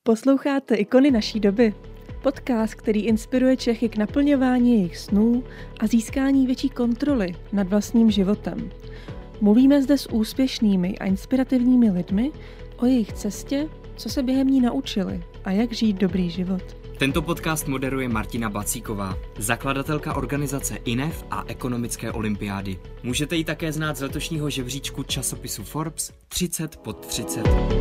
Posloucháte Ikony naší doby, podcast, který inspiruje Čechy k naplňování jejich snů a získání větší kontroly nad vlastním životem. Mluvíme zde s úspěšnými a inspirativními lidmi o jejich cestě, co se během ní naučili a jak žít dobrý život. Tento podcast moderuje Martina Bacíková, zakladatelka organizace INEF a ekonomické olympiády. Můžete ji také znát z letošního žebříčku časopisu Forbes 30 pod 30.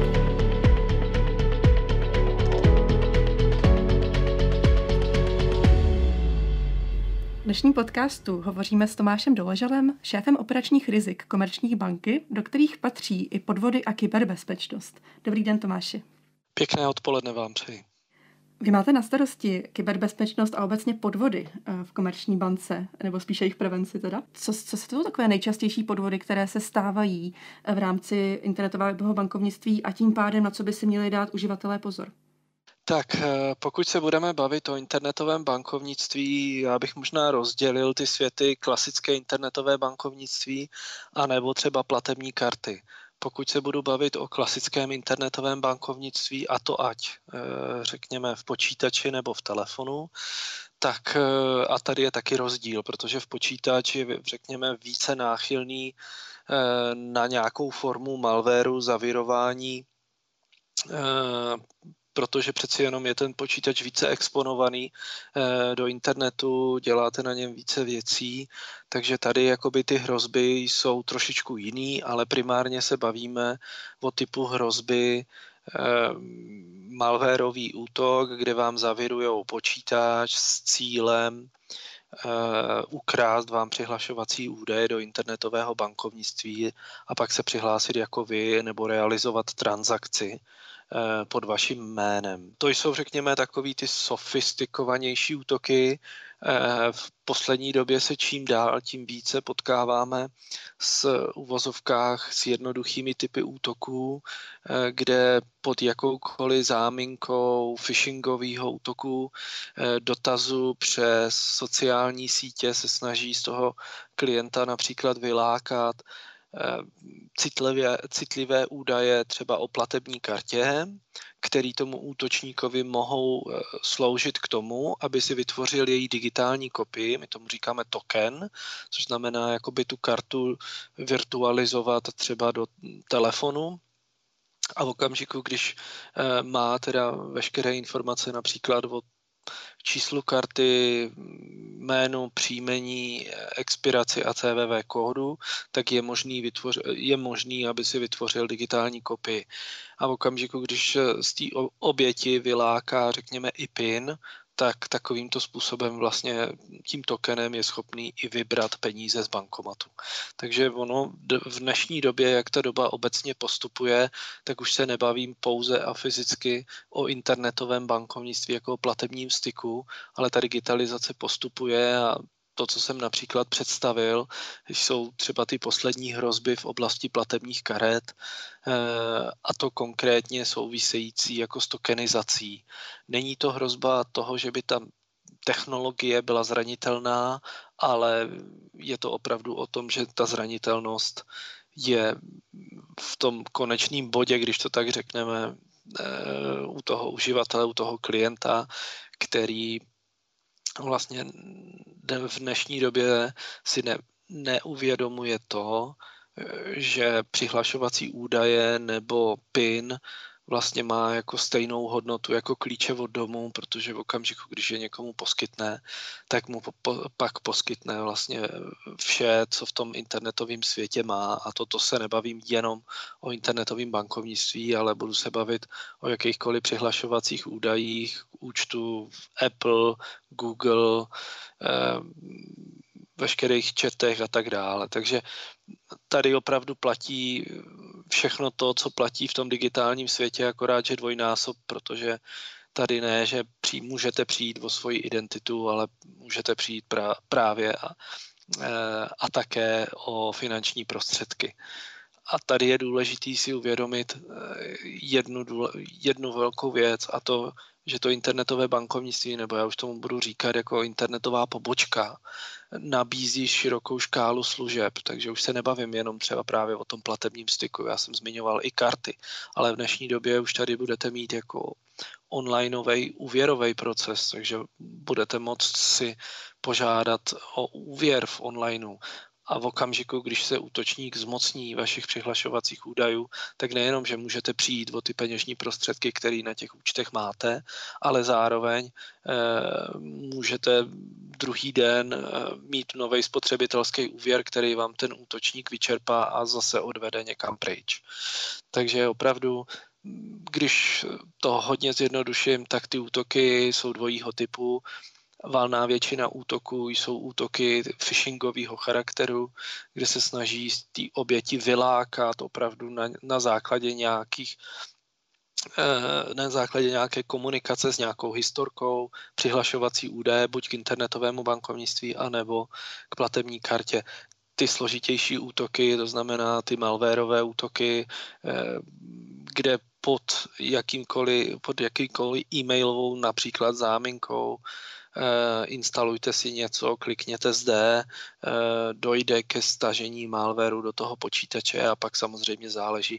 V dnešním podcastu hovoříme s Tomášem Doležalem, šéfem operačních rizik Komerční banky, do kterých patří i podvody a kyberbezpečnost. Dobrý den, Tomáši. Pěkné odpoledne vám přeji. Vy máte na starosti kyberbezpečnost a obecně podvody v Komerční bance, nebo spíše jejich prevenci teda. Co jsou takové nejčastější podvody, které se stávají v rámci internetového bankovnictví a tím pádem, na co by si měli dát uživatelé pozor? Tak pokud se budeme bavit o internetovém bankovnictví, já bych možná rozdělil ty světy klasické internetové bankovnictví a nebo třeba platební karty. Pokud se budu bavit o klasickém internetovém bankovnictví, a to ať řekněme v počítači nebo v telefonu, tak a tady je taky rozdíl, protože v počítači je řekněme více náchylný na nějakou formu malwareu, zavirování, protože přeci jenom je ten počítač více exponovaný do internetu, děláte na něm více věcí, takže tady jakoby ty hrozby jsou trošičku jiný, ale primárně se bavíme o typu hrozby malwareový útok, kde vám zavirujou počítač s cílem ukrást vám přihlašovací údaje do internetového bankovnictví a pak se přihlásit jako vy nebo realizovat transakci pod vaším jménem. To jsou, řekněme, takový ty sofistikovanější útoky. V poslední době se čím dál tím více potkáváme s uvozovkách s jednoduchými typy útoků, kde pod jakoukoliv záminkou phishingového útoku, dotazu přes sociální sítě se snaží z toho klienta například vylákat citlivé údaje třeba o platební kartě, který tomu útočníkovi mohou sloužit k tomu, aby si vytvořil její digitální kopii, my tomu říkáme token, což znamená jakoby tu kartu virtualizovat třeba do telefonu, a v okamžiku, když má teda veškeré informace například o číslu karty, jménu, příjmení, expiraci a CVV kódu, tak je možný, aby si vytvořil digitální kopii. A v okamžiku, když z té oběti vyláká, řekněme, i PIN, tak takovýmto způsobem vlastně tím tokenem je schopný i vybrat peníze z bankomatu. Takže ono v dnešní době, jak ta doba obecně postupuje, tak už se nebavím pouze a fyzicky o internetovém bankovnictví jako o platebním styku, ale ta digitalizace postupuje a to, co jsem například představil, jsou třeba ty poslední hrozby v oblasti platebních karet, a to konkrétně související jako s tokenizací. Není to hrozba toho, že by ta technologie byla zranitelná, ale je to opravdu o tom, že ta zranitelnost je v tom konečném bodě, když to tak řekneme, u toho uživatele, u toho klienta, který vlastně v dnešní době si neuvědomuje to, že přihlašovací údaje nebo PIN vlastně má jako stejnou hodnotu jako klíče od domu, protože v okamžiku, když je někomu poskytne, tak mu pak poskytne vlastně vše, co v tom internetovém světě má. A toto se nebavím jenom o internetovém bankovnictví, ale budu se bavit o jakýchkoliv přihlašovacích údajích, účtu Apple, Google, veškerých chatech a tak dále. Takže tady opravdu platí všechno to, co platí v tom digitálním světě, akorát, že dvojnásob, protože tady ne, že můžete přijít o svoji identitu, ale můžete přijít právě a také o finanční prostředky. A tady je důležitý si uvědomit jednu velkou věc, a to, že to internetové bankovnictví, nebo já už tomu budu říkat jako internetová pobočka, nabízí širokou škálu služeb, takže už se nebavím jenom třeba právě o tom platebním styku. Já jsem zmiňoval i karty, ale v dnešní době už tady budete mít jako onlineový úvěrový proces, takže budete moct si požádat o úvěr v onlineu. A v okamžiku, když se útočník zmocní vašich přihlašovacích údajů, tak nejenom, že můžete přijít o ty peněžní prostředky, které na těch účtech máte, ale zároveň můžete druhý den mít nový spotřebitelský úvěr, který vám ten útočník vyčerpá a zase odvede někam pryč. Takže opravdu, když to hodně zjednoduším, tak ty útoky jsou dvojího typu. Valná většina útoků jsou útoky phishingového charakteru, kde se snaží z té oběti vylákat opravdu na základě nějaké komunikace s nějakou historkou, přihlašovací údaje buď k internetovému bankovnictví, anebo k platební kartě. Ty složitější útoky, to znamená ty malwareové útoky, kde pod jakýmkoliv e-mailovou například záminkou instalujte si něco, klikněte zde, dojde ke stažení malwareu do toho počítače a pak samozřejmě záleží,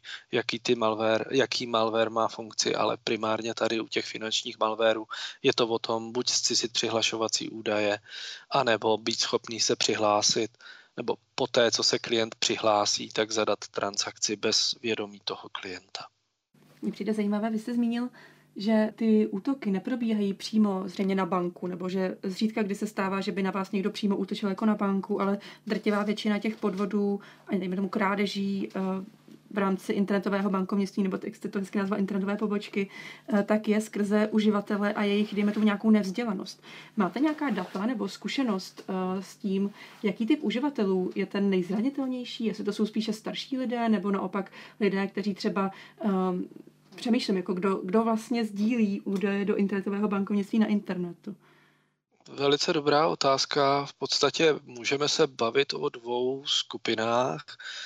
jaký malware má funkci, ale primárně tady u těch finančních malwareů je to o tom buď zcizit přihlašovací údaje, anebo být schopný se přihlásit, nebo poté, co se klient přihlásí, tak zadat transakci bez vědomí toho klienta. Mně přijde zajímavé, vy jste zmínil, že ty útoky neprobíhají přímo zřejmě na banku, nebo že zřídka kdy se stává, že by na vás někdo přímo útočil jako na banku, ale drtivá většina těch podvodů, ani dejme tomu krádeží v rámci internetového bankovnictví, nebo jak jste to hezky nazval internetové pobočky, tak je skrze uživatele a jejich, dejme tomu, nějakou nevzdělanost. Máte nějaká data nebo zkušenost s tím, jaký typ uživatelů je ten nejzranitelnější? Jestli to jsou spíše starší lidé, nebo naopak lidé, kteří třeba přemýšlím, jako kdo vlastně sdílí údaje do internetového bankovnictví na internetu? Velice dobrá otázka. V podstatě můžeme se bavit o dvou skupinách.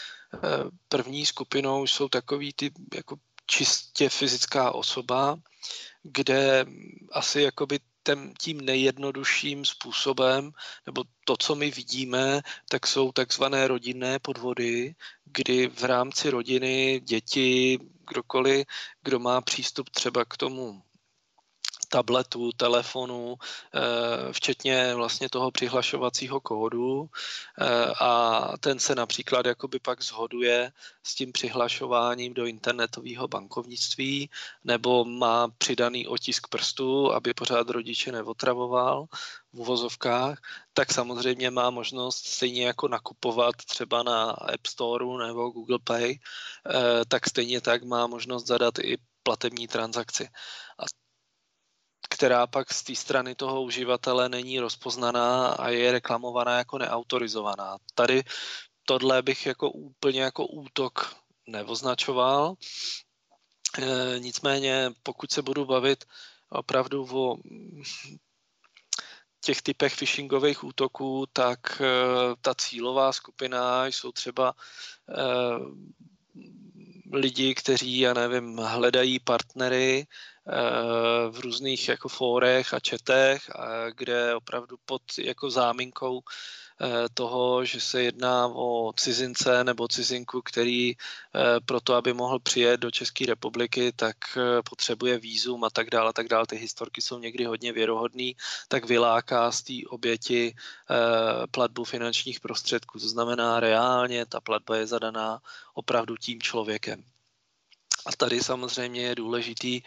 První skupinou jsou takový ty jako čistě fyzická osoba, kde asi jakoby tím nejjednodušším způsobem, nebo to, co my vidíme, tak jsou takzvané rodinné podvody, kdy v rámci rodiny děti, kdokoliv, kdo má přístup třeba k tomu tabletu, telefonu, včetně vlastně toho přihlašovacího kódu a ten se například jakoby pak shoduje s tím přihlašováním do internetového bankovnictví nebo má přidaný otisk prstu, aby pořád rodiče neotravoval v uvozovkách, tak samozřejmě má možnost stejně jako nakupovat třeba na App Storeu nebo Google Pay, tak stejně tak má možnost zadat i platební transakci. A která pak z té strany toho uživatele není rozpoznaná a je reklamovaná jako neautorizovaná. Tady tohle bych jako úplně jako útok neoznačoval. Nicméně, pokud se budu bavit opravdu o těch typech phishingových útoků, tak ta cílová skupina jsou třeba lidi, kteří, já nevím, hledají partnery v různých jako fórech a chatech, kde opravdu pod jako záminkou toho, že se jedná o cizince nebo cizinku, který proto, aby mohl přijet do České republiky, tak potřebuje vízum a tak dále, ty historky jsou někdy hodně věrohodný, tak vyláká z té oběti platbu finančních prostředků. To znamená, reálně ta platba je zadaná opravdu tím člověkem. A tady samozřejmě je důležitý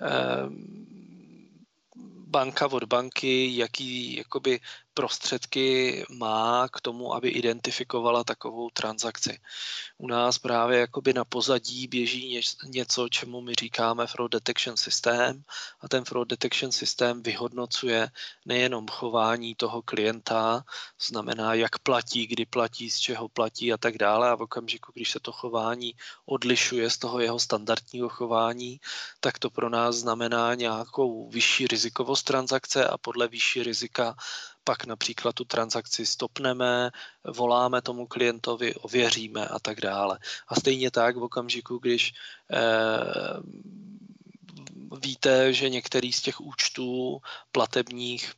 banka od banky, jaký jakoby prostředky má k tomu, aby identifikovala takovou transakci. U nás právě jakoby na pozadí běží něco, čemu my říkáme fraud detection systém a ten fraud detection systém vyhodnocuje nejenom chování toho klienta, znamená, jak platí, kdy platí, z čeho platí a tak dále a v okamžiku, když se to chování odlišuje z toho jeho standardního chování, tak to pro nás znamená nějakou vyšší rizikovost transakce a podle vyšší rizika pak například tu transakci stopneme, voláme tomu klientovi, ověříme a tak dále. A stejně tak v okamžiku, když víte, že některý z těch účtů platebních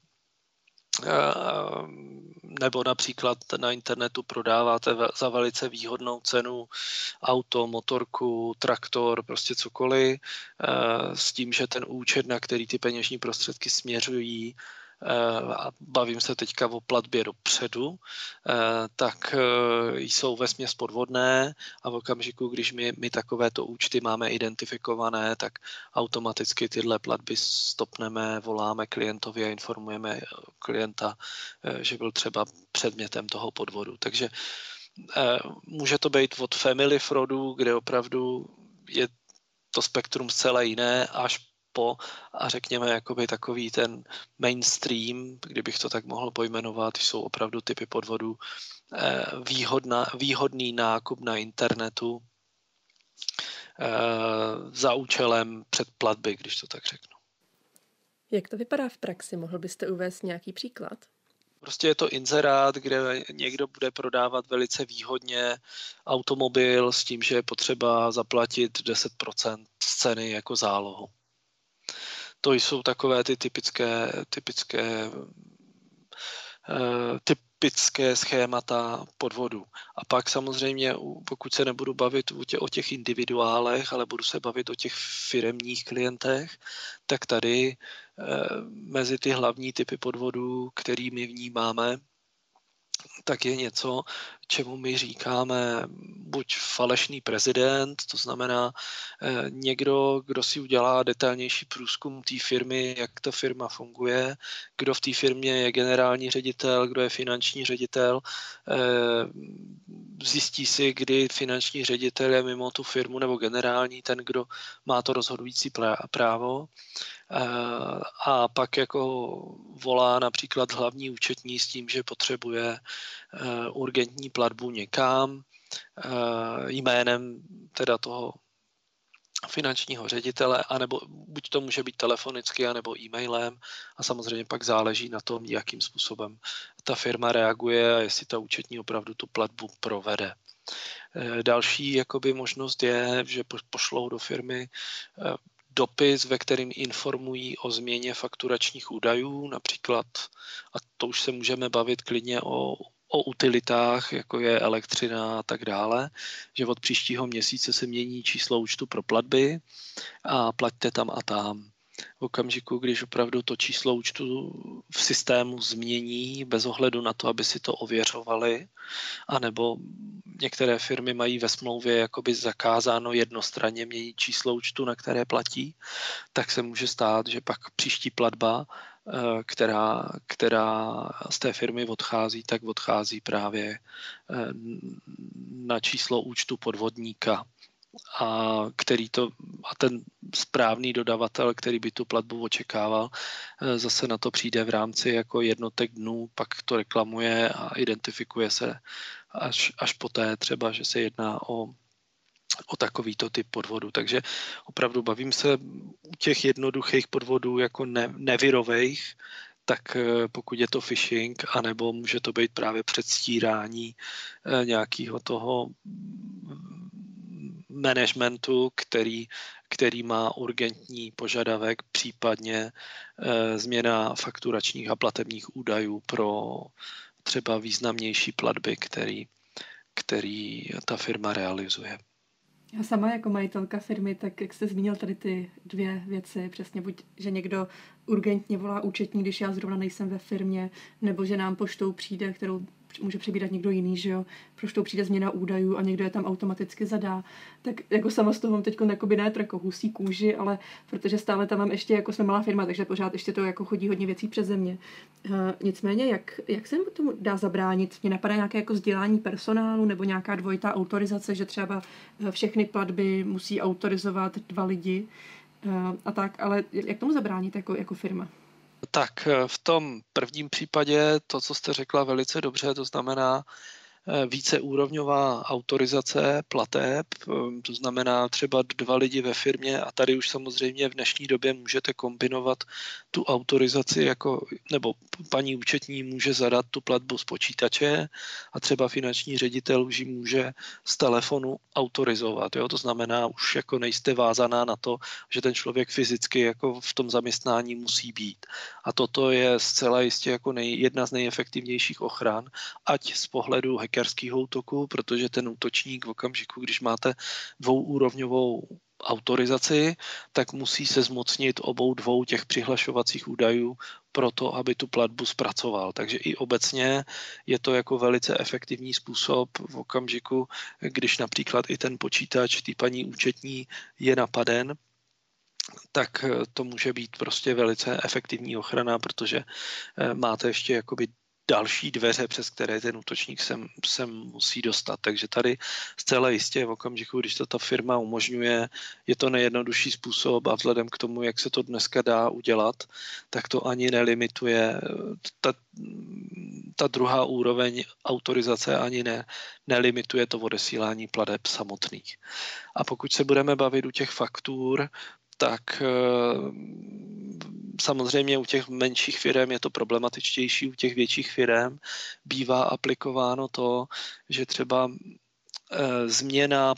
nebo například na internetu prodáváte za velice výhodnou cenu auto, motorku, traktor, prostě cokoliv, s tím, že ten účet, na který ty peněžní prostředky směřují, a bavím se teďka o platbě dopředu, tak jsou vesměs podvodné a v okamžiku, když my takovéto účty máme identifikované, tak automaticky tyhle platby stopneme, voláme klientovi a informujeme klienta, že byl třeba předmětem toho podvodu. Takže může to být od family fraudu, kde opravdu je to spektrum zcela jiné, až po a řekněme jakoby takový ten mainstream, kdybych to tak mohl pojmenovat, jsou opravdu typy podvodů, výhodný nákup na internetu za účelem předplatby, když to tak řeknu. Jak to vypadá v praxi? Mohl byste uvést nějaký příklad? Prostě je to inzerát, kde někdo bude prodávat velice výhodně automobil s tím, že je potřeba zaplatit 10% z ceny jako zálohu. To jsou takové ty typické schémata podvodu. A pak samozřejmě, pokud se nebudu bavit o těch individuálech, ale budu se bavit o těch firemních klientech, tak tady mezi ty hlavní typy podvodů, který my vnímáme, tak je něco, čemu my říkáme buď falešný prezident, to znamená někdo, kdo si udělá detailnější průzkum té firmy, jak ta firma funguje, kdo v té firmě je generální ředitel, kdo je finanční ředitel, zjistí si, kdy finanční ředitel je mimo tu firmu nebo generální, ten, kdo má to rozhodující právo. A pak jako volá například hlavní účetní s tím, že potřebuje urgentní platbu někam jménem teda toho finančního ředitele, anebo buď to může být telefonicky, anebo e-mailem a samozřejmě pak záleží na tom, jakým způsobem ta firma reaguje a jestli ta účetní opravdu tu platbu provede. Další jakoby možnost je, že pošlou do firmy dopis, ve kterým informují o změně fakturačních údajů, například, a to už se můžeme bavit klidně o utilitách, jako je elektřina a tak dále, že od příštího měsíce se mění číslo účtu pro platby a plaťte tam a tam. V okamžiku, když opravdu to číslo účtu v systému změní bez ohledu na to, aby si to ověřovali, anebo některé firmy mají ve smlouvě jakoby zakázáno jednostranně měnit číslo účtu, na které platí, tak se může stát, že pak příští platba, která z té firmy odchází, tak odchází právě na číslo účtu podvodníka. A ten správný dodavatel, který by tu platbu očekával, zase na to přijde v rámci jako jednotek dnů, pak to reklamuje a identifikuje se až poté třeba, že se jedná o takovýto typ podvodu. Takže opravdu bavím se u těch jednoduchých podvodů jako nevirových, tak pokud je to phishing, anebo může to být právě předstírání nějakého toho managementu, který má urgentní požadavek, případně změna fakturačních a platebních údajů pro třeba významnější platby, který ta firma realizuje. Já sama jako majitelka firmy, tak jak jste zmínil tady ty dvě věci, přesně buď, že někdo urgentně volá účetní, když já zrovna nejsem ve firmě, nebo že nám poštou přijde, kterou může přebírat někdo jiný, že jo, poštou přijde změna údajů a někdo je tam automaticky zadá, tak jako sama z toho mám teď jakoby ne jako husí kůži, ale protože stále tam mám ještě, jako jsme malá firma, takže pořád ještě to jako chodí hodně věcí přeze mě. Nicméně, jak se tomu dá zabránit? Mně napadá nějaké jako vzdělání personálu nebo nějaká dvojitá autorizace, že třeba všechny platby musí autorizovat 2 lidi a tak, ale jak tomu zabránit jako firma? Tak v tom prvním případě to, co jste řekla velice dobře, to znamená víceúrovňová autorizace plateb, to znamená třeba 2 lidi ve firmě a tady už samozřejmě v dnešní době můžete kombinovat tu autorizaci nebo paní účetní může zadat tu platbu z počítače a třeba finanční ředitel už ji může z telefonu autorizovat. Jo? To znamená, už jako nejste vázaná na to, že ten člověk fyzicky jako v tom zaměstnání musí být. A toto je zcela jistě jako jedna z nejefektivnějších ochran, ať z pohledu hackerského útoku, protože ten útočník v okamžiku, když máte dvouúrovňovou autorizaci, tak musí se zmocnit obou dvou těch přihlašovacích údajů pro to, aby tu platbu zpracoval. Takže i obecně je to jako velice efektivní způsob v okamžiku, když například i ten počítač té paní účetní je napaden, tak to může být prostě velice efektivní ochrana, protože máte ještě jakoby další dveře, přes které ten útočník se musí dostat. Takže tady zcela jistě v okamžiku, když to ta firma umožňuje, je to nejjednodušší způsob a vzhledem k tomu, jak se to dneska dá udělat, tak to ani nelimituje. Ta druhá úroveň autorizace ani nelimituje to odesílání plateb samotných. A pokud se budeme bavit u těch faktur, tak samozřejmě u těch menších firem je to problematičtější, u těch větších firem bývá aplikováno to, že třeba změnu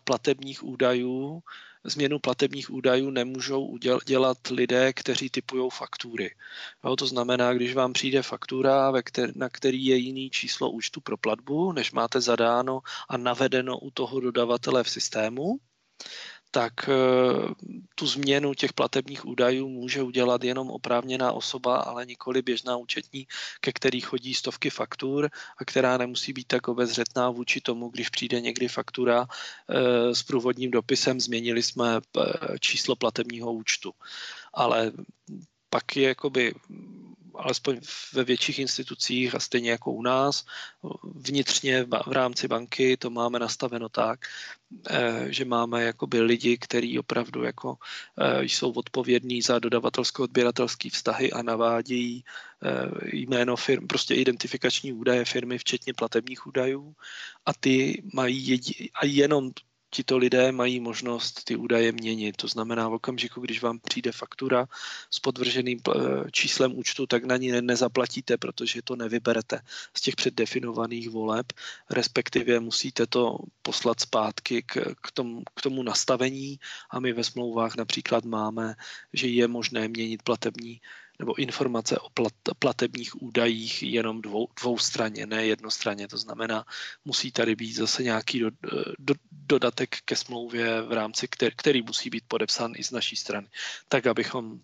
platebních údajů nemůžou dělat lidé, kteří typují faktury. Jo, to znamená, když vám přijde faktura, na který je jiný číslo účtu pro platbu, než máte zadáno a navedeno u toho dodavatele v systému, tak tu změnu těch platebních údajů může udělat jenom oprávněná osoba, ale nikoli běžná účetní, ke který chodí stovky faktur a která nemusí být tak obezřetná vůči tomu, když přijde někdy faktura s průvodním dopisem, změnili jsme číslo platebního účtu. Ale pak je jakoby alespoň ve větších institucích a stejně jako u nás, vnitřně v rámci banky to máme nastaveno tak, že máme jakoby lidi, kteří opravdu jako jsou odpovědní za dodavatelsko-odběratelské vztahy a navádějí jméno firm, prostě identifikační údaje firmy, včetně platebních údajů a ty mají a jenom tito lidé mají možnost ty údaje měnit. To znamená v okamžiku, když vám přijde faktura s podvrženým číslem účtu, tak na ní nezaplatíte, protože to nevyberete z těch předdefinovaných voleb, respektive musíte to poslat zpátky k tomu nastavení a my ve smlouvách například máme, že je možné měnit platební nebo informace o platebních údajích jenom dvoustranně, ne jednostranně. To znamená, musí tady být zase nějaký dodatek ke smlouvě, v rámci který musí být podepsán i z naší strany, tak abychom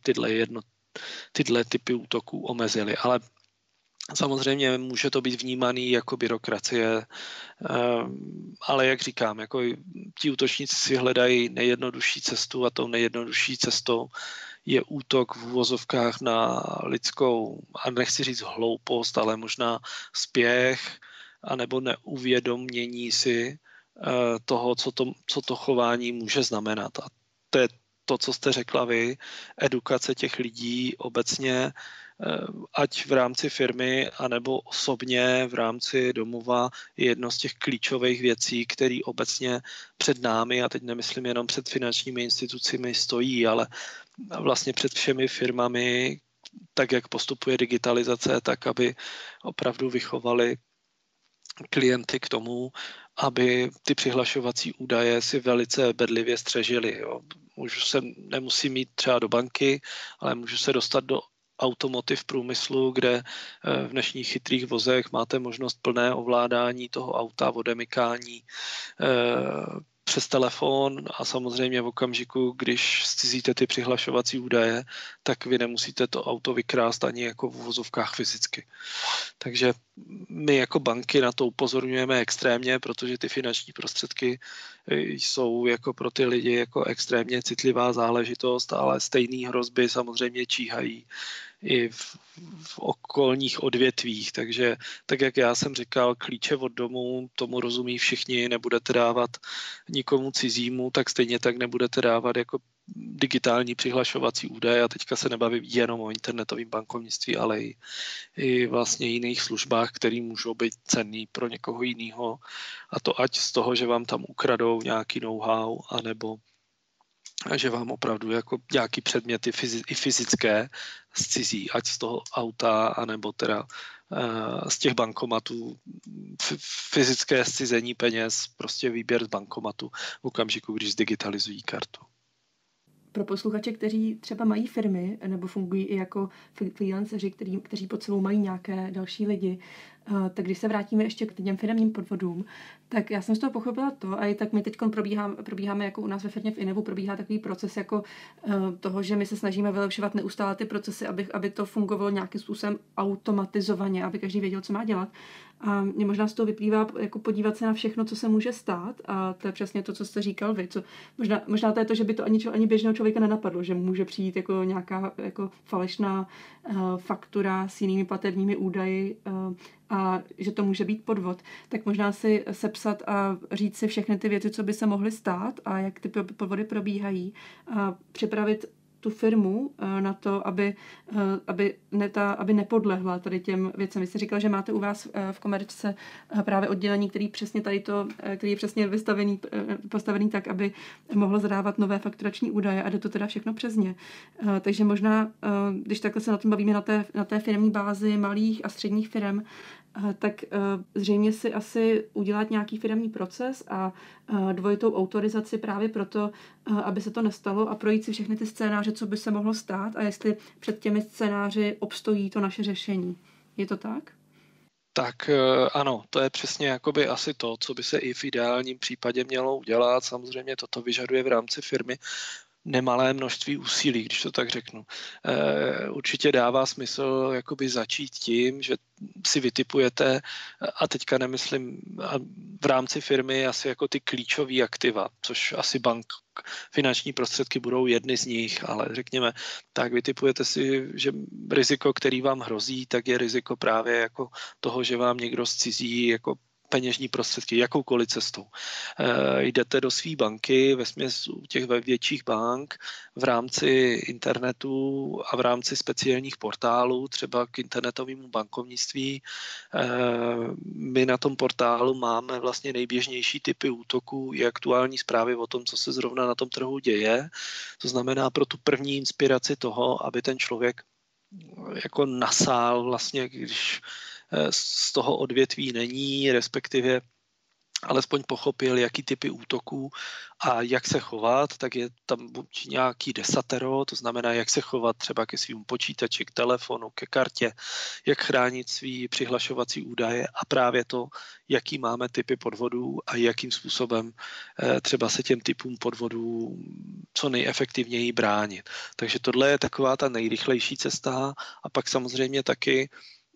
tyhle typy útoků omezili. Ale samozřejmě může to být vnímaný jako byrokracie, ale jak říkám, jako ti útočníci si hledají nejjednodušší cestu a tou nejjednodušší cestou je útok v uvozovkách na lidskou, a nechci říct hloupost, ale možná spěch, anebo neuvědomění si toho, co to chování může znamenat. A to je to, co jste řekla vy, edukace těch lidí obecně, ať v rámci firmy, anebo osobně v rámci domova, je jedno z těch klíčových věcí, které obecně před námi, a teď nemyslím jenom před finančními institucemi, stojí, ale vlastně před všemi firmami, tak jak postupuje digitalizace, tak aby opravdu vychovali klienty k tomu, aby ty přihlašovací údaje si velice bedlivě střežili. Jo. Můžu se nemusím jít třeba do banky, ale můžu se dostat do automotiv průmyslu, kde v dnešních chytrých vozech máte možnost plné ovládání toho auta, odemykání přes telefon a samozřejmě v okamžiku, když zcizíte ty přihlašovací údaje, tak vy nemusíte to auto vykrást ani jako v vozovkách fyzicky. Takže my jako banky na to upozorňujeme extrémně, protože ty finanční prostředky jsou jako pro ty lidi jako extrémně citlivá záležitost, ale stejné hrozby samozřejmě číhají i v okolních odvětvích. Takže tak, jak já jsem říkal, klíče od domu, tomu rozumí všichni, nebudete dávat nikomu cizímu, tak stejně tak nebudete dávat jako digitální přihlašovací údaje a teďka se nebavím jenom o internetovém bankovnictví, ale i vlastně jiných službách, které můžou být cenný pro někoho jiného. A to ať z toho, že vám tam ukradou nějaký know-how, anebo že vám opravdu jako nějaký předměty i fyzické zcizí, ať z toho auta, anebo teda z těch bankomatů, fyzické zcizení peněz, prostě výběr z bankomatu v okamžiku, když zdigitalizují kartu. Pro posluchače, kteří třeba mají firmy nebo fungují i jako freelanceři, kteří pod sebou mají nějaké další lidi, tak když se vrátíme ještě k těm firemním podvodům, tak já jsem z toho pochopila to, a i tak my teď probíháme jako u nás ve firmě v Inevu, probíhá takový proces jako toho, že my se snažíme vylepšovat neustále ty procesy, aby to fungovalo nějakým způsobem automatizovaně, aby každý věděl, co má dělat. A mě možná z toho vyplývá jako podívat se na všechno, co se může stát, a to je přesně to, co jste říkal vy. Možná to je to, že by to ani běžného člověka nenapadlo, že může přijít jako nějaká jako falešná faktura s jinými platebními údaji a že to může být podvod. Tak možná si sepsat a říct si všechny ty věci, co by se mohly stát a jak ty podvody probíhají a připravit tu firmu na to, aby nepodlehla tady těm věcem. Vy jste říkal, že máte u vás v Komerčce právě oddělení, který je přesně postavený tak, aby mohlo zadávat nové fakturační údaje a jde to teda všechno přes ně. Takže možná, když takhle se na tom bavíme na té firmní bázi malých a středních firm, tak zřejmě si asi udělat nějaký firemní proces a dvojitou autorizaci právě proto, aby se to nestalo a projít si všechny ty scénáře, co by se mohlo stát a jestli před těmi scénáři obstojí to naše řešení. Je to tak? Tak ano, to je přesně jakoby asi to, co by se i v ideálním případě mělo udělat. Samozřejmě toto vyžaduje v rámci firmy nemalé množství úsilí, když to tak řeknu. Určitě dává smysl jakoby začít tím, že si vytipujete, a teďka nemyslím v rámci firmy asi jako ty klíčové aktiva, což asi finanční prostředky budou jedny z nich, ale řekněme, tak vytipujete si, že riziko, který vám hrozí, tak je riziko právě jako toho, že vám někdo zcizí jako peněžní prostředky, jakoukoliv cestou. Jdete do své banky, vesměs u těch větších bank, v rámci internetu a v rámci speciálních portálů, třeba k internetovému bankovnictví. My na tom portálu máme vlastně nejběžnější typy útoků i aktuální zprávy o tom, co se zrovna na tom trhu děje. To znamená pro tu první inspiraci toho, aby ten člověk jako nasál vlastně, když z toho odvětví není, respektive alespoň pochopil, jaký typy útoků a jak se chovat, tak je tam buď nějaký desatero, to znamená, jak se chovat třeba ke svým počítači, k telefonu, ke kartě, jak chránit svý přihlašovací údaje a právě to, jaký máme typy podvodů a jakým způsobem třeba se těm typům podvodů co nejefektivněji bránit. Takže tohle je taková ta nejrychlejší cesta a pak samozřejmě taky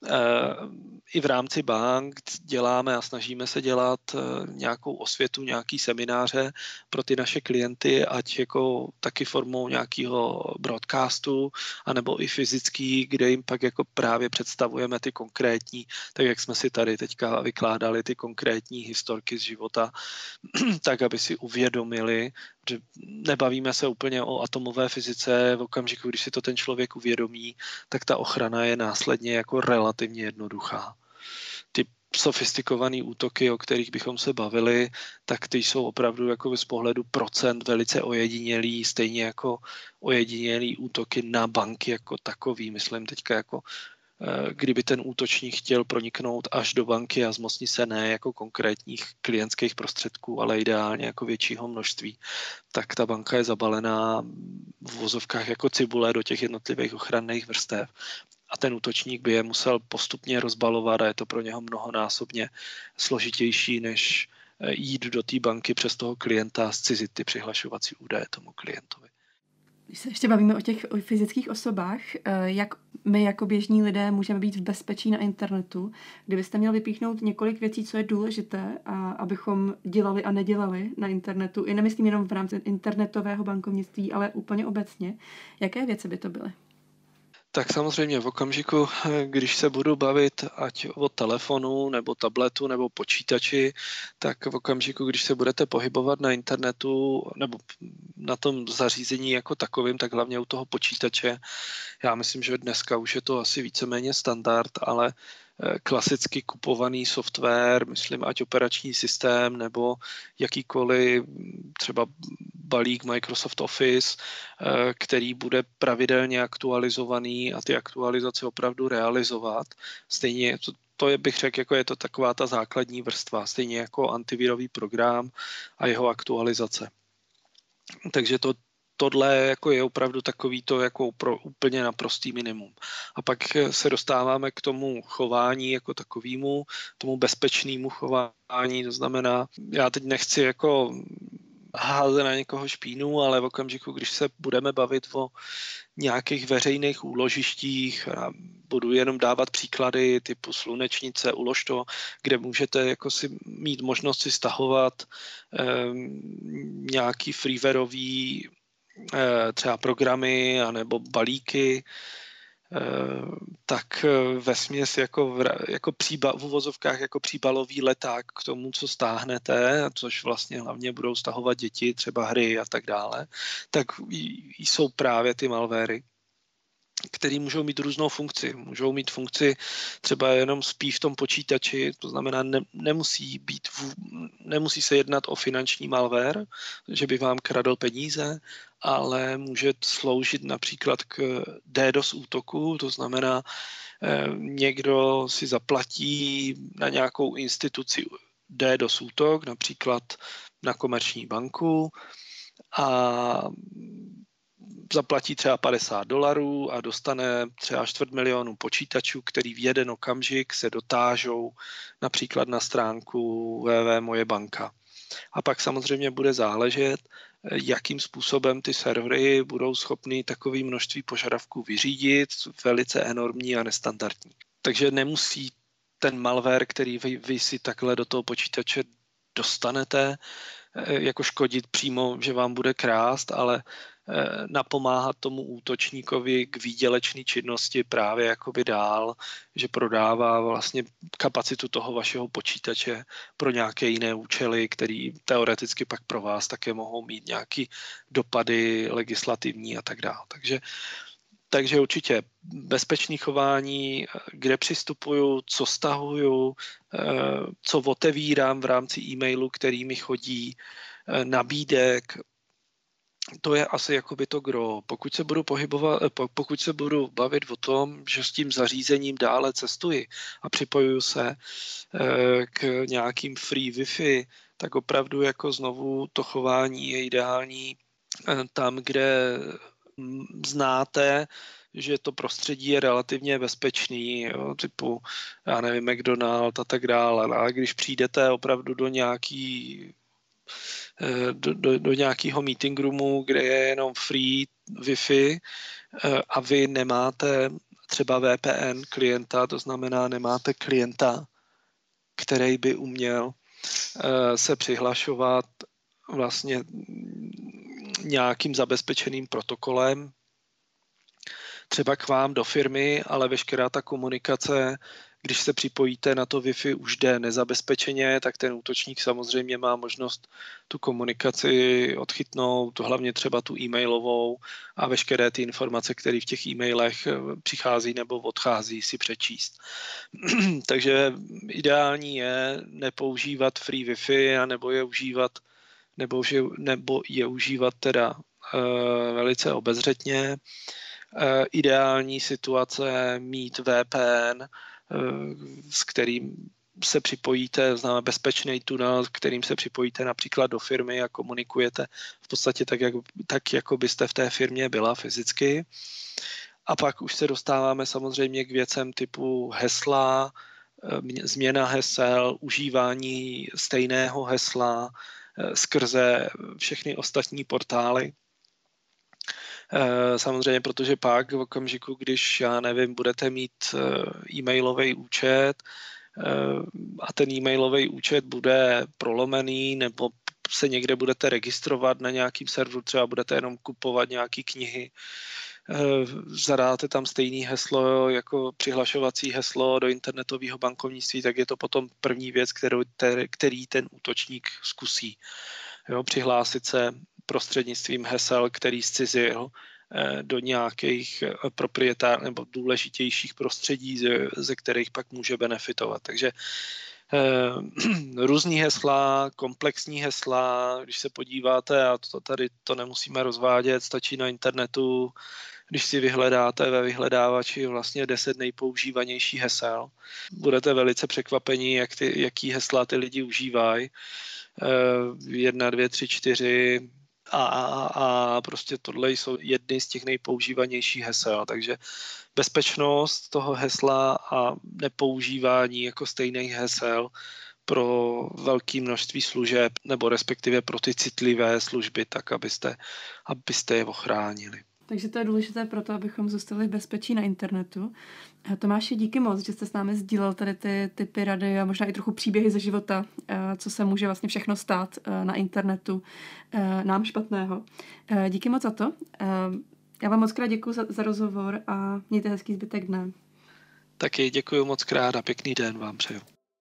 i v rámci bank děláme a snažíme se dělat nějakou osvětu, nějaký semináře pro ty naše klienty, ať jako taky formou nějakého broadcastu, anebo i fyzický, kde jim pak jako právě představujeme ty konkrétní, tak jak jsme si tady teďka vykládali ty konkrétní historky z života, tak aby si uvědomili, že nebavíme se úplně o atomové fyzice, v okamžiku, když si to ten člověk uvědomí, tak ta ochrana je následně jako relativně jednoduchá. Ty sofistikované útoky, o kterých bychom se bavili, tak ty jsou opravdu jako z pohledu procent velice ojedinělý, stejně jako ojedinělý útoky na banky jako takový. Myslím teďka jako kdyby ten útočník chtěl proniknout až do banky a zmocnit se ne jako konkrétních klientských prostředků, ale ideálně jako většího množství, tak ta banka je zabalená v vozovkách jako cibule do těch jednotlivých ochranných vrstev. A ten útočník by je musel postupně rozbalovat a je to pro něho mnohonásobně složitější, než jít do té banky přes toho klienta a zcizit ty přihlašovací údaje tomu klientovi. Když se ještě bavíme o těch fyzických osobách, jak my jako běžní lidé můžeme být v bezpečí na internetu, kdybyste měl vypíchnout několik věcí, co je důležité, a abychom dělali a nedělali na internetu, i nemyslím jenom v rámci internetového bankovnictví, ale úplně obecně, jaké věci by to byly? Tak samozřejmě v okamžiku, když se budu bavit ať o telefonu, nebo tabletu, nebo počítači, tak v okamžiku, když se budete pohybovat na internetu nebo na tom zařízení jako takovým, tak hlavně u toho počítače. Já myslím, že dneska už je to asi víceméně standard, ale klasicky kupovaný software, myslím ať operační systém nebo jakýkoliv třeba balík Microsoft Office, který bude pravidelně aktualizovaný a ty aktualizace opravdu realizovat. Stejně to je, bych řekl, jako je to taková ta základní vrstva, stejně jako antivirový program a jeho aktualizace. Takže tohle jako je opravdu takový to jako úplně naprostý minimum. A pak se dostáváme k tomu chování jako takovému, tomu bezpečnému chování, to znamená, já teď nechci jako házet na někoho špínu, ale v okamžiku, když se budeme bavit o nějakých veřejných úložištích, budu jenom dávat příklady typu Slunečnice, Uložto, kde můžete jako si mít možnost si stahovat nějaký freewareový třeba programy anebo balíky, tak vesměs jako v uvozovkách jako příbalový leták k tomu, co stáhnete, což vlastně hlavně budou stahovat děti, třeba hry a tak dále, tak jsou právě ty malvéry, který můžou mít různou funkci. Můžou mít funkci třeba jenom spí v tom počítači, to znamená, nemusí se jednat o finanční malware, že by vám kradl peníze, ale může sloužit například k DDoS útoku, to znamená, někdo si zaplatí na nějakou instituci DDoS útok, například na komerční banku, a zaplatí třeba $50 a dostane třeba 250 000 počítačů, který v jeden okamžik se dotážou například na stránku www.mojebanka. A pak samozřejmě bude záležet, jakým způsobem ty servery budou schopny takové množství požadavků vyřídit, velice enormní a nestandardní. Takže nemusí ten malware, který vy si takhle do toho počítače dostanete, jako škodit přímo, že vám bude krást, ale napomáhat tomu útočníkovi k výdělečné činnosti právě jakoby dál, že prodává vlastně kapacitu toho vašeho počítače pro nějaké jiné účely, které teoreticky pak pro vás také mohou mít nějaké dopady legislativní a tak dále. Takže určitě bezpečné chování, kde přistupuju, co stahuju, co otevírám v rámci e-mailu, který mi chodí, nabídek. To je asi jakoby to gro. Pokud se budu bavit o tom, že s tím zařízením dále cestuji a připojuju se k nějakým free Wi-Fi, tak opravdu jako znovu to chování je ideální tam, kde znáte, že to prostředí je relativně bezpečný, jo, typu, já nevím, McDonald a tak dále, ale když přijdete opravdu do nějakého meeting roomu, kde je jenom free Wi-Fi a vy nemáte třeba VPN klienta, to znamená nemáte klienta, který by uměl se přihlašovat vlastně nějakým zabezpečeným protokolem, třeba k vám do firmy, ale veškerá ta komunikace, když se připojíte na to Wi-Fi už jde nezabezpečeně, tak ten útočník samozřejmě má možnost tu komunikaci odchytnout, hlavně třeba tu e-mailovou a veškeré ty informace, které v těch e-mailech přichází nebo odchází, si přečíst. Takže ideální je nepoužívat free Wi-Fi a nebo je užívat teda velice obezřetně. Ideální situace mít VPN, s kterým se připojíte, známe bezpečný tunel, kterým se připojíte například do firmy a komunikujete v podstatě tak jako byste v té firmě byla fyzicky. A pak už se dostáváme samozřejmě k věcem typu hesla, změna hesel, užívání stejného hesla skrze všechny ostatní portály. Samozřejmě, protože pak v okamžiku, když, já nevím, budete mít e-mailový účet a ten e-mailový účet bude prolomený nebo se někde budete registrovat na nějakým serveru, třeba budete jenom kupovat nějaké knihy, zadáte tam stejné heslo jako přihlašovací heslo do internetového bankovnictví, tak je to potom první věc, který ten útočník zkusí. Jo, přihlásit se prostřednictvím hesel, který zcizil do nějakých proprietár nebo důležitějších prostředí, ze kterých pak může benefitovat. Takže různý hesla, komplexní hesla, když se podíváte, a tady to nemusíme rozvádět, stačí na internetu, když si vyhledáte ve vyhledávači vlastně 10 nejpoužívanějších hesel. Budete velice překvapení, jaký hesla ty lidi užívají. 1, 2, 3, 4 a prostě tohle jsou jedny z těch nejpoužívanějších hesel. Takže bezpečnost toho hesla a nepoužívání jako stejných hesel pro velké množství služeb, nebo respektive pro ty citlivé služby, tak abyste je ochránili. Takže to je důležité pro to, abychom zůstali v bezpečí na internetu. Tomáši, díky moc, že jste s námi sdílel tady ty typy rady a možná i trochu příběhy ze života, co se může vlastně všechno stát na internetu nám špatného. Díky moc za to. Já vám moc krát děkuji za rozhovor a mějte hezký zbytek dne. Taky děkuji moc krát a pěkný den vám přeju.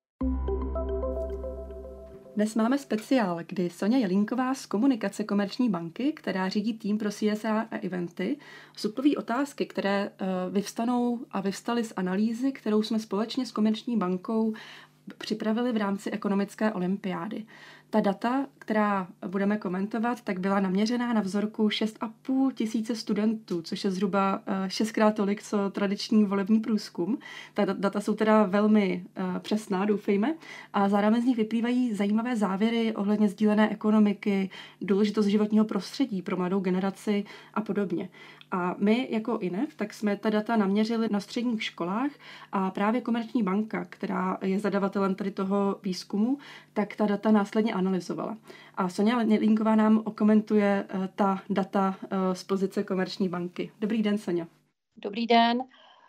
Dnes máme speciál, kdy Soňa Jelínková z Komunikace Komerční banky, která řídí tým pro CSR a eventy, suploví otázky, které vyvstaly z analýzy, kterou jsme společně s Komerční bankou připravili v rámci ekonomické olympiády. Ta data, která budeme komentovat, tak byla naměřená na vzorku 6,5 tisíce studentů, což je zhruba 6krát tolik, co tradiční volební průzkum. Ta data jsou teda velmi přesná, doufejme, a zároveň z nich vyplývají zajímavé závěry ohledně sdílené ekonomiky, důležitost životního prostředí pro mladou generaci a podobně. A my jako INEF, tak jsme ta data naměřili na středních školách a právě Komerční banka, která je zadavatelem tady toho výzkumu, tak ta data následně analyzovala. A Soňa Jelínková nám okomentuje ta data z pozice Komerční banky. Dobrý den, Soňa. Dobrý den.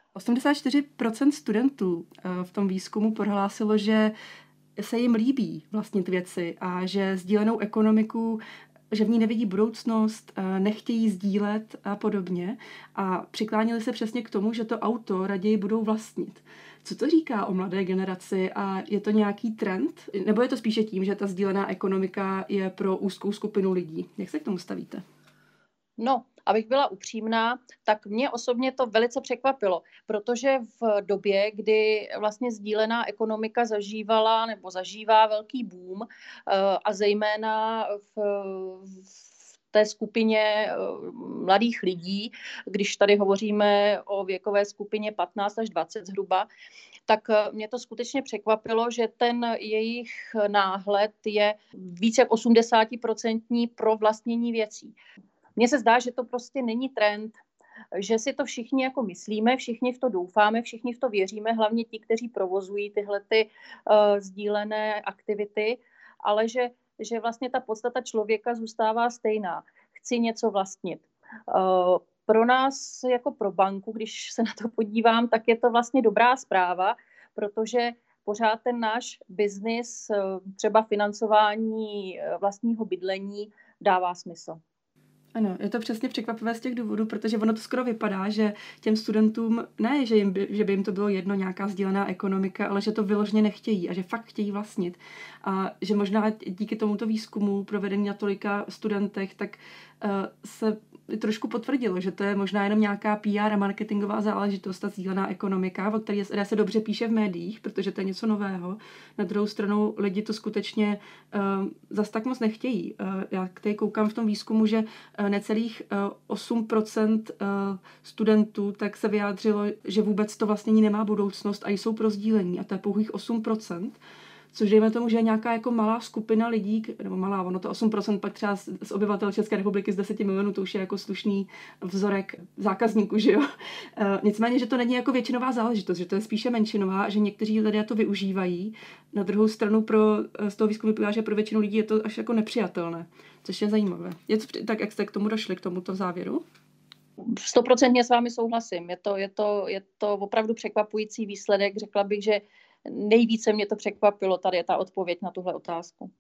84% studentů v tom výzkumu prohlásilo, že se jim líbí vlastnit věci a že sdílenou ekonomiku, že v ní nevidí budoucnost, nechtějí sdílet a podobně. A přiklánili se přesně k tomu, že to auto raději budou vlastnit. Co to říká o mladé generaci a je to nějaký trend? Nebo je to spíše tím, že ta sdílená ekonomika je pro úzkou skupinu lidí? Jak se k tomu stavíte? No, abych byla upřímná, tak mě osobně to velice překvapilo, protože v době, kdy vlastně sdílená ekonomika zažívá velký boom a zejména v té skupině mladých lidí, když tady hovoříme o věkové skupině 15 až 20 zhruba, tak mě to skutečně překvapilo, že ten jejich náhled je více jak 80% pro vlastnění věcí. Mně se zdá, že to prostě není trend, že si to všichni jako myslíme, všichni v to doufáme, všichni v to věříme, hlavně ti, kteří provozují tyhle sdílené aktivity, ale že vlastně ta podstata člověka zůstává stejná. Chci něco vlastnit. Pro nás jako pro banku, když se na to podívám, tak je to vlastně dobrá zpráva, protože pořád ten náš biznis, třeba financování vlastního bydlení, dává smysl. Ano, je to přesně překvapivé z těch důvodů, protože ono to skoro vypadá, že těm studentům, ne, že by jim to bylo jedno nějaká sdílená ekonomika, ale že to vyloženě nechtějí a že fakt chtějí vlastnit. A že možná díky tomuto výzkumu provedení na tolika studentech, tak se trošku potvrdilo, že to je možná jenom nějaká PR a marketingová záležitost, ta sdílená ekonomika, o které se dobře píše v médiích, protože to je něco nového. Na druhou stranu lidi to skutečně zas tak moc nechtějí. Já tady koukám v tom výzkumu, že necelých 8% studentů tak se vyjádřilo, že vůbec to vlastnění nemá budoucnost a jsou pro sdílení. A to je pouhých 8%. Což dejme tomu, že je nějaká jako malá skupina lidí, nebo malá, ono to 8% pak třeba z obyvatel České republiky z 10 milionů, to už je jako slušný vzorek zákazníků, že jo. Nicméně, že to není jako většinová záležitost, že to je spíše menšinová, že někteří lidé to využívají. Na druhou stranu z toho výzkumu vyplývá, že pro většinu lidí je to až jako nepřijatelné, což je zajímavé. Je to tak, jak jste k tomu došli, k tomuto závěru? 100% s vámi souhlasím. Je to opravdu překvapující výsledek. Řekla bych, že nejvíce mě to překvapilo, tady je ta odpověď na tuhle otázku.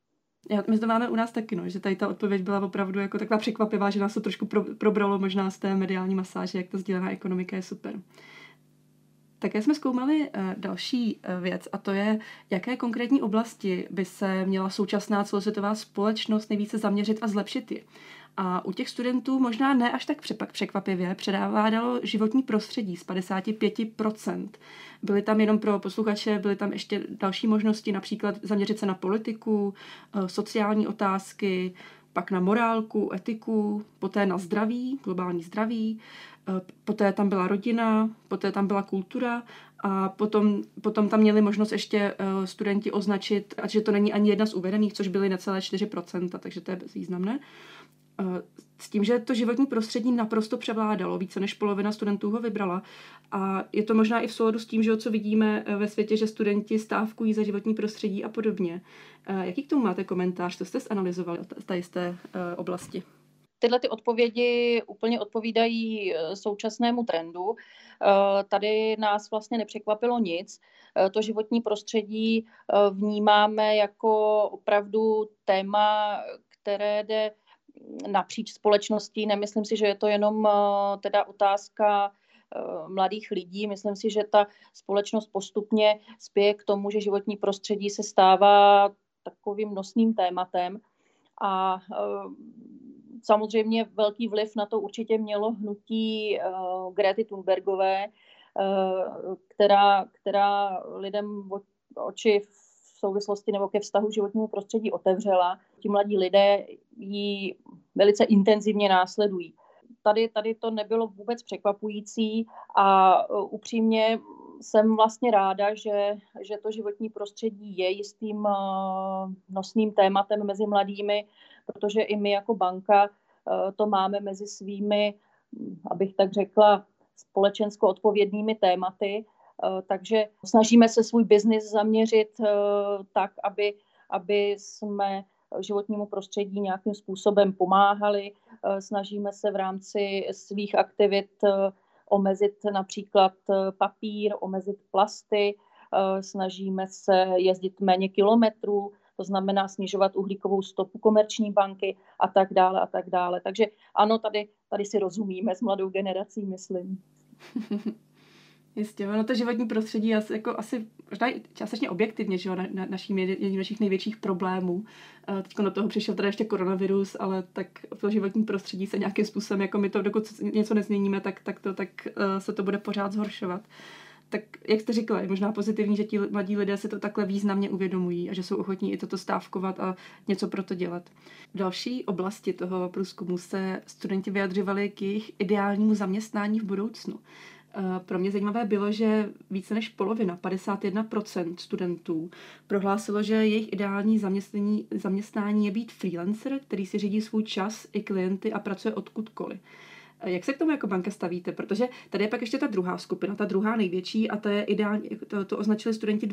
My to máme u nás taky, že tady ta odpověď byla opravdu jako taková překvapivá, že nás to trošku probralo možná z té mediální masáže, jak ta sdílená ekonomika je super. Také jsme zkoumali další věc, a to je, jaké konkrétní oblasti by se měla současná celosvětová společnost nejvíce zaměřit a zlepšit je. A u těch studentů možná ne až tak překvapivě předávalo životní prostředí z 55%. Byly tam jenom pro posluchače, byly tam ještě další možnosti, například zaměřit se na politiku, sociální otázky, pak na morálku, etiku, poté na zdraví, globální zdraví, poté tam byla rodina, poté tam byla kultura a potom tam měli možnost ještě studenti označit, že to není ani jedna z uvedených, což byly necelé 4%, takže to je bezvýznamné. S tím, že to životní prostředí naprosto převládalo, více než polovina studentů ho vybrala a je to možná i v souladu s tím, že co vidíme ve světě, že studenti stávkují za životní prostředí a podobně. Jaký k tomu máte komentář? Co jste zanalyzovali z té oblasti? Tyhle ty odpovědi úplně odpovídají současnému trendu. Tady nás vlastně nepřekvapilo nic. To životní prostředí vnímáme jako opravdu téma, které jde napříč společností. Nemyslím si, že je to jenom teda otázka mladých lidí. Myslím si, že ta společnost postupně spěje k tomu, že životní prostředí se stává takovým nosným tématem. A samozřejmě velký vliv na to určitě mělo hnutí Grety Thunbergové, která lidem oči v souvislosti nebo ke vztahu životnímu prostředí otevřela. Ti mladí lidé ji velice intenzivně následují. Tady to nebylo vůbec překvapující a upřímně jsem vlastně ráda, že to životní prostředí je jistým nosným tématem mezi mladými, protože i my jako banka to máme mezi svými, abych tak řekla, společensko odpovědnými tématy. Takže snažíme se svůj biznis zaměřit tak, aby jsme životnímu prostředí nějakým způsobem pomáhali. Snažíme se v rámci svých aktivit omezit například papír, omezit plasty, snažíme se jezdit méně kilometrů, to znamená snižovat uhlíkovou stopu komerční banky a tak dále a tak dále. Takže ano, tady si rozumíme s mladou generací, myslím. Jistě, no to životní prostředí je asi možná částečně objektivně, že jo, jedním našich největších problémů. Teď do toho přišel teda ještě koronavirus, ale tak to životní prostředí se nějakým způsobem, jako my to, dokud něco nezměníme, tak se to bude pořád zhoršovat. Tak jak jste říkala, je možná pozitivní, že ti mladí lidé si to takhle významně uvědomují a že jsou ochotní i toto stávkovat a něco pro to dělat. V další oblasti toho průzkumu se studenti vyjadřovali k jejich ideálnímu zaměstnání v budoucnu. Pro mě zajímavé bylo, že více než polovina, 51% studentů, prohlásilo, že jejich ideální zaměstnání je být freelancer, který si řídí svůj čas i klienty a pracuje odkudkoliv. Jak se k tomu jako banka stavíte? Protože tady je pak ještě ta druhá skupina, ta druhá největší a to je ideální, to označili studenti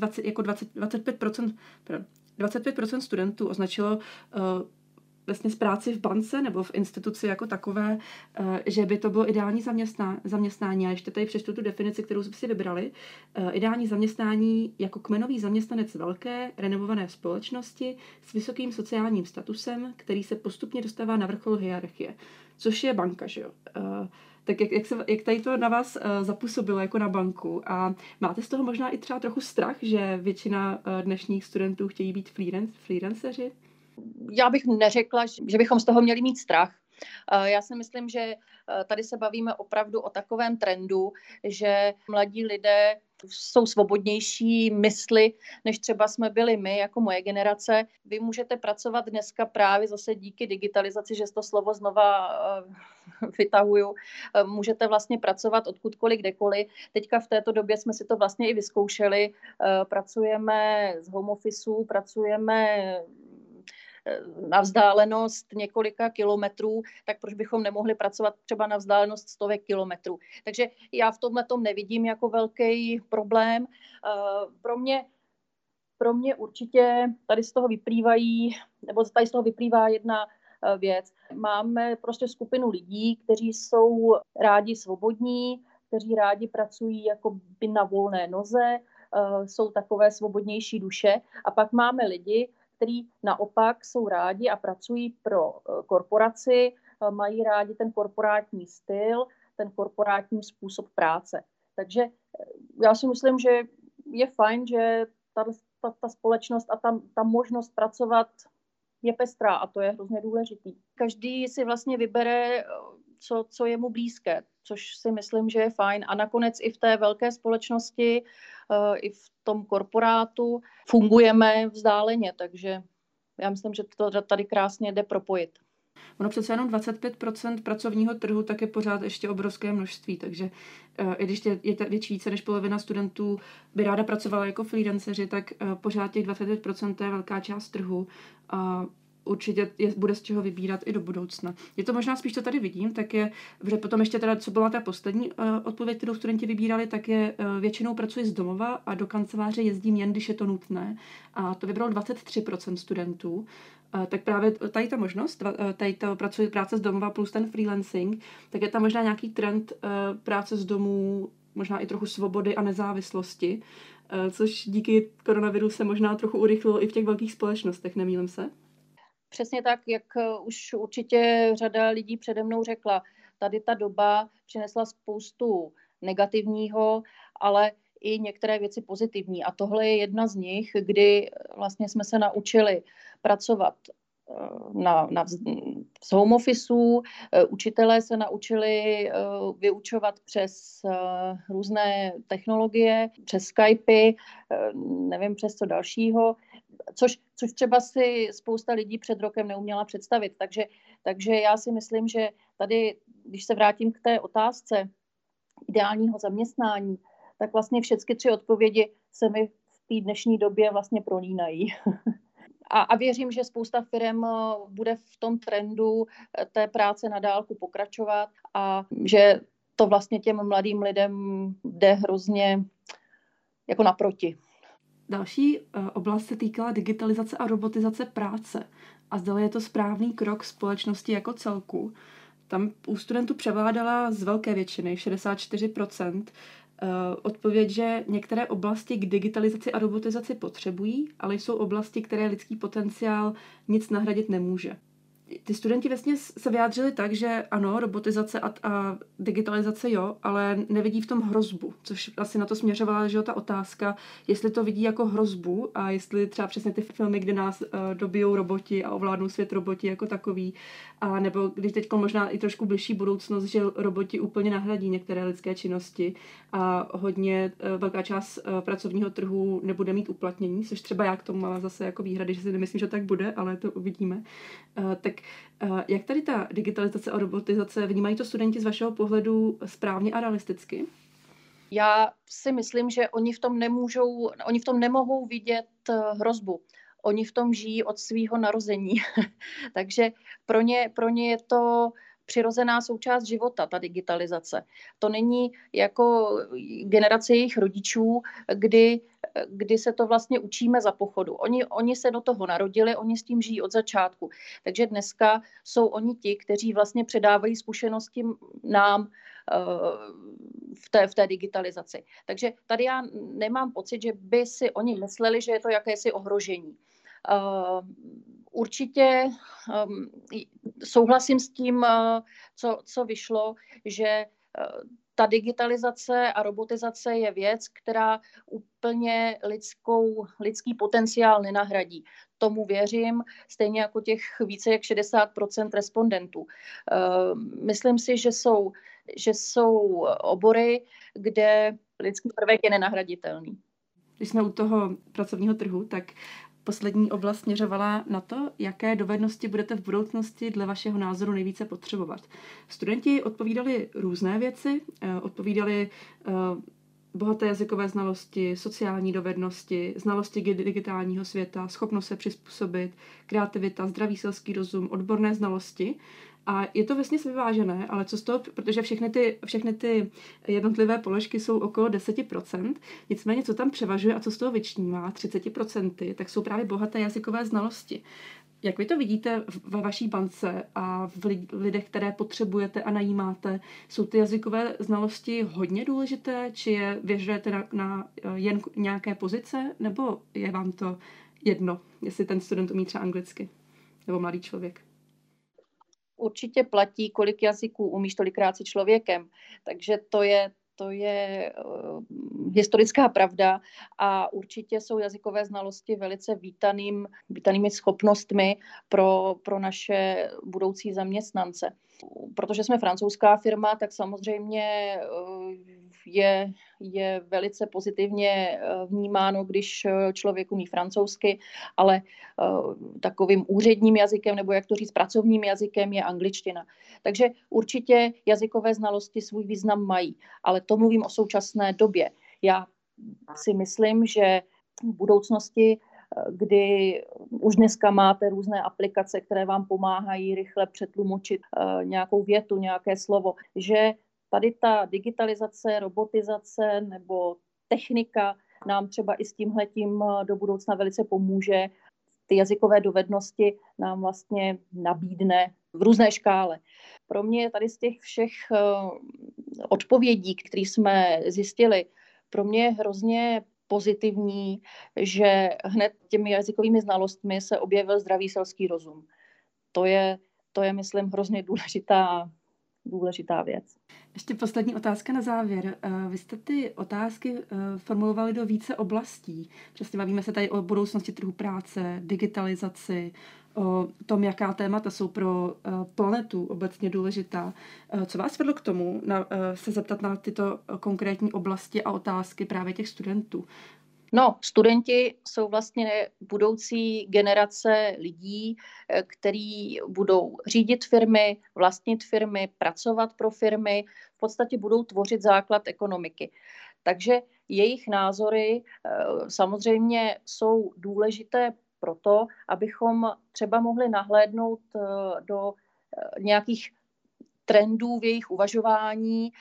25% studentů označilo vlastně z práci v bance nebo v instituci jako takové, že by to bylo ideální zaměstnání. A ještě tady přečtu tu definici, kterou jsme si vybrali. Ideální zaměstnání jako kmenový zaměstnanec velké, renovované společnosti s vysokým sociálním statusem, který se postupně dostává na vrchol hierarchie. Což je banka, že jo? Tak jak tady to na vás zapůsobilo jako na banku? A máte z toho možná i třeba trochu strach, že většina dnešních studentů chtějí být freelanceři? Já bych neřekla, že bychom z toho měli mít strach. Já si myslím, že tady se bavíme opravdu o takovém trendu, že mladí lidé jsou svobodnější mysli, než třeba jsme byli my, jako moje generace. Vy můžete pracovat dneska právě zase díky digitalizaci, že to slovo znova vytahuju. Můžete vlastně pracovat odkudkoliv, kdekoliv. Teďka v této době jsme si to vlastně i vyzkoušeli. Pracujeme z home officeu, pracujeme na vzdálenost několika kilometrů, tak proč bychom nemohli pracovat třeba na vzdálenost stovek kilometrů. Takže já v tomhletom nevidím jako velký problém. Pro mě určitě tady z toho vyplývá jedna věc. Máme prostě skupinu lidí, kteří jsou rádi svobodní, kteří rádi pracují jako by na volné noze, jsou takové svobodnější duše. A pak máme lidi, kteří naopak jsou rádi a pracují pro korporaci, mají rádi ten korporátní styl, ten korporátní způsob práce. Takže já si myslím, že je fajn, že ta společnost a ta možnost pracovat je pestrá a to je hrozně důležitý. Každý si vlastně vybere, co je mu blízké, což si myslím, že je fajn. A nakonec i v té velké společnosti, i v tom korporátu fungujeme vzdáleně, takže já myslím, že to tady krásně jde propojit. Ono přece jenom 25% pracovního trhu tak je pořád ještě obrovské množství, takže i když je více než polovina studentů by ráda pracovala jako freelanceři, tak pořád těch 25% je velká část trhu a určitě bude z čeho vybírat i do budoucna. Je to možná spíš, co tady vidím, tak je, že potom ještě teda, co byla ta poslední odpověď, kterou studenti vybírali, tak je většinou pracuji z domova a do kanceláře jezdím jen, když je to nutné. A to vybralo 23% studentů. Tak právě tady ta možnost, tady to práce z domova plus ten freelancing, tak je tam možná nějaký trend práce z domu, možná i trochu svobody a nezávislosti, což díky koronaviru se možná trochu urychlilo i v těch velkých společnostech, nemýlím se? Přesně tak, jak už určitě řada lidí přede mnou řekla, tady ta doba přinesla spoustu negativního, ale i některé věci pozitivní. A tohle je jedna z nich, kdy vlastně jsme se naučili pracovat z home officeu, učitelé se naučili vyučovat přes různé technologie, přes Skypey, nevím přes co dalšího, což třeba si spousta lidí před rokem neuměla představit. Takže já si myslím, že tady, když se vrátím k té otázce ideálního zaměstnání, tak vlastně všechny 3 odpovědi se mi v té dnešní době vlastně prolínají. A věřím, že spousta firem bude v tom trendu té práce na dálku pokračovat a že to vlastně těm mladým lidem jde hrozně jako naproti. Další oblast se týkala digitalizace a robotizace práce. A zda je to správný krok společnosti jako celku. Tam u studentů převládala z velké většiny, 64%, odpověď, že některé oblasti k digitalizaci a robotizaci potřebují, ale jsou oblasti, které lidský potenciál nic nahradit nemůže. Ty studenti vlastně se vyjádřili tak, že ano, robotizace a digitalizace jo, ale nevidí v tom hrozbu, což asi na to směřovala, že ta otázka, jestli to vidí jako hrozbu a jestli třeba přesně ty filmy, kde nás dobijou roboti a ovládnou svět roboti jako takový, a nebo když teď možná i trošku bližší budoucnost, že roboti úplně nahradí některé lidské činnosti a hodně velká část pracovního trhu nebude mít uplatnění, což třeba já k tomu mám zase jako výhrady, že si nemyslím, že tak bude, ale to uvidíme. Tak jak tady ta digitalizace a robotizace vnímají to studenti z vašeho pohledu správně a realisticky? Já si myslím, že oni v tom nemohou vidět hrozbu. Oni v tom žijí od svého narození. Takže pro ně je to přirozená součást života, ta digitalizace. To není jako generace jejich rodičů, kdy se to vlastně učíme za pochodu. Oni se do toho narodili, oni s tím žijí od začátku. Takže dneska jsou oni ti, kteří vlastně předávají zkušenosti nám v té digitalizaci. Takže tady já nemám pocit, že by si oni mysleli, že je to jakési ohrožení. Určitě souhlasím s tím, co vyšlo, že ta digitalizace a robotizace je věc, která úplně lidský potenciál nenahradí. Tomu věřím, stejně jako těch více jak 60% respondentů. Myslím si, že jsou obory, kde lidský prvek je nenahraditelný. Když jsme u toho pracovního trhu, tak poslední oblast směřovala na to, jaké dovednosti budete v budoucnosti dle vašeho názoru nejvíce potřebovat. Studenti odpovídali různé věci, odpovídali bohaté jazykové znalosti, sociální dovednosti, znalosti digitálního světa, schopnost se přizpůsobit, kreativita, zdravý selský rozum, odborné znalosti. A je to vlastně vyvážené, ale co z toho, protože všechny ty jednotlivé položky jsou okolo 10%, nicméně co tam převažuje a co z toho vyčnívá 30%, tak jsou právě bohaté jazykové znalosti. Jak vy to vidíte ve vaší bance a v lidech, které potřebujete a najímáte? Jsou ty jazykové znalosti hodně důležité, či je věřujete na jen nějaké pozice, nebo je vám to jedno, jestli ten student umí třeba anglicky, nebo mladý člověk? Určitě platí, kolik jazyků umíš, tolikrát si člověkem. Takže to je historická pravda a určitě jsou jazykové znalosti velice vítanými schopnostmi pro naše budoucí zaměstnance. Protože jsme francouzská firma, tak samozřejmě je velice pozitivně vnímáno, když člověk umí francouzsky, ale takovým úředním jazykem, nebo jak to říct, pracovním jazykem je angličtina. Takže určitě jazykové znalosti svůj význam mají, ale to mluvím o současné době. Já si myslím, že v budoucnosti, kdy už dneska máte různé aplikace, které vám pomáhají rychle přetlumočit nějakou větu, nějaké slovo, že tady ta digitalizace, robotizace nebo technika nám třeba i s tímhletím do budoucna velice pomůže. Ty jazykové dovednosti nám vlastně nabídne v různé škále. Pro mě tady z těch všech odpovědí, které jsme zjistili, pro mě je hrozně pozitivní, že hned těmi jazykovými znalostmi se objevil zdravý selský rozum. To je, myslím, hrozně důležitá věc. Ještě poslední otázka na závěr. Vy jste ty otázky formulovali do více oblastí. Přesně bavíme se tady o budoucnosti trhu práce, digitalizaci, o tom, jaká témata jsou pro planetu obecně důležitá. Co vás vedlo k tomu se zeptat na tyto konkrétní oblasti a otázky právě těch studentů? No, studenti jsou vlastně budoucí generace lidí, kteří budou řídit firmy, vlastnit firmy, pracovat pro firmy, v podstatě budou tvořit základ ekonomiky. Takže jejich názory samozřejmě jsou důležité proto, abychom třeba mohli nahlédnout do nějakých trendů v jejich uvažování,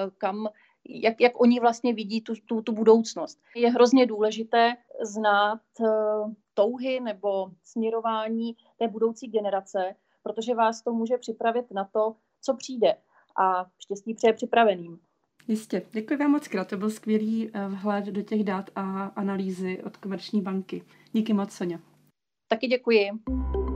jak oni vlastně vidí tu budoucnost. Je hrozně důležité znát touhy nebo směrování té budoucí generace, protože vás to může připravit na to, co přijde. A štěstí přeje připraveným. Jistě. Děkuji vám moc krát. To byl skvělý vhled do těch dat a analýzy od Komerční banky. Díky moc, Soňa. Taky děkuji.